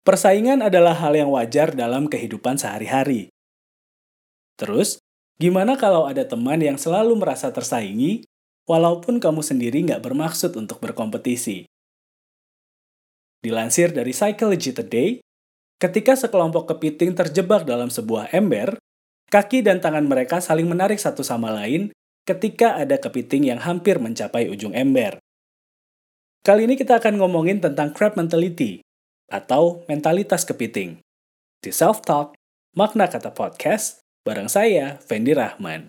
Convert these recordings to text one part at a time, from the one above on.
Persaingan adalah hal yang wajar dalam kehidupan sehari-hari. Terus, gimana kalau ada teman yang selalu merasa tersaingi, walaupun kamu sendiri nggak bermaksud untuk berkompetisi? Dilansir dari Psychology Today, ketika sekelompok kepiting terjebak dalam sebuah ember, kaki dan tangan mereka saling menarik satu sama lain ketika ada kepiting yang hampir mencapai ujung ember. Kali ini kita akan ngomongin tentang crab mentality, atau mentalitas kepiting. Di Self Talk, Makna Kata Podcast, bareng saya, Fendi Rahman.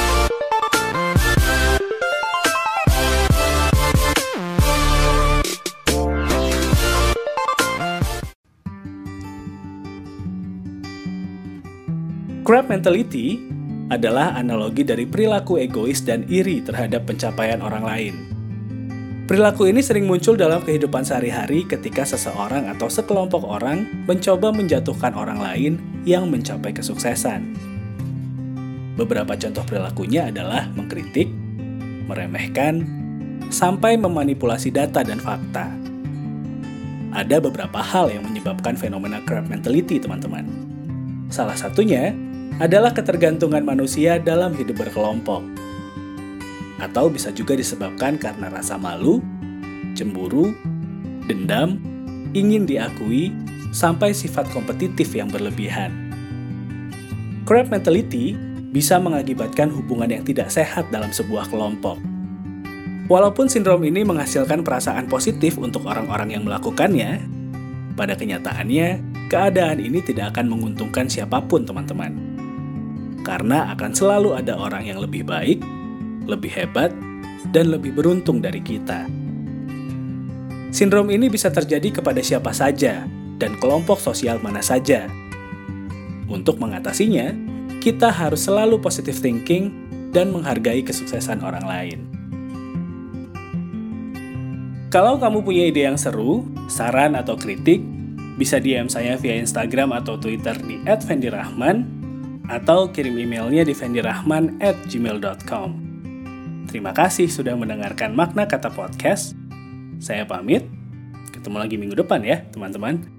Crab mentality adalah analogi dari perilaku egois dan iri terhadap pencapaian orang lain. Perilaku ini sering muncul dalam kehidupan sehari-hari ketika seseorang atau sekelompok orang mencoba menjatuhkan orang lain yang mencapai kesuksesan. Beberapa contoh perilakunya adalah mengkritik, meremehkan, sampai memanipulasi data dan fakta. Ada beberapa hal yang menyebabkan fenomena crab mentality, teman-teman. Salah satunya adalah ketergantungan manusia dalam hidup berkelompok. Atau bisa juga disebabkan karena rasa malu, cemburu, dendam, ingin diakui, sampai sifat kompetitif yang berlebihan. Crab mentality bisa mengakibatkan hubungan yang tidak sehat dalam sebuah kelompok. Walaupun sindrom ini menghasilkan perasaan positif untuk orang-orang yang melakukannya, pada kenyataannya, keadaan ini tidak akan menguntungkan siapapun, teman-teman. Karena akan selalu ada orang yang lebih baik, lebih hebat, dan lebih beruntung dari kita. Sindrom ini bisa terjadi kepada siapa saja, dan kelompok sosial mana saja. Untuk mengatasinya, kita harus selalu positive thinking dan menghargai kesuksesan orang lain. Kalau kamu punya ide yang seru, saran atau kritik, bisa DM saya via Instagram atau Twitter di @fendirahman, atau kirim emailnya di fendirahman@gmail.com. Terima kasih sudah mendengarkan Makna Kata Podcast. Saya pamit. Ketemu lagi minggu depan ya, teman-teman.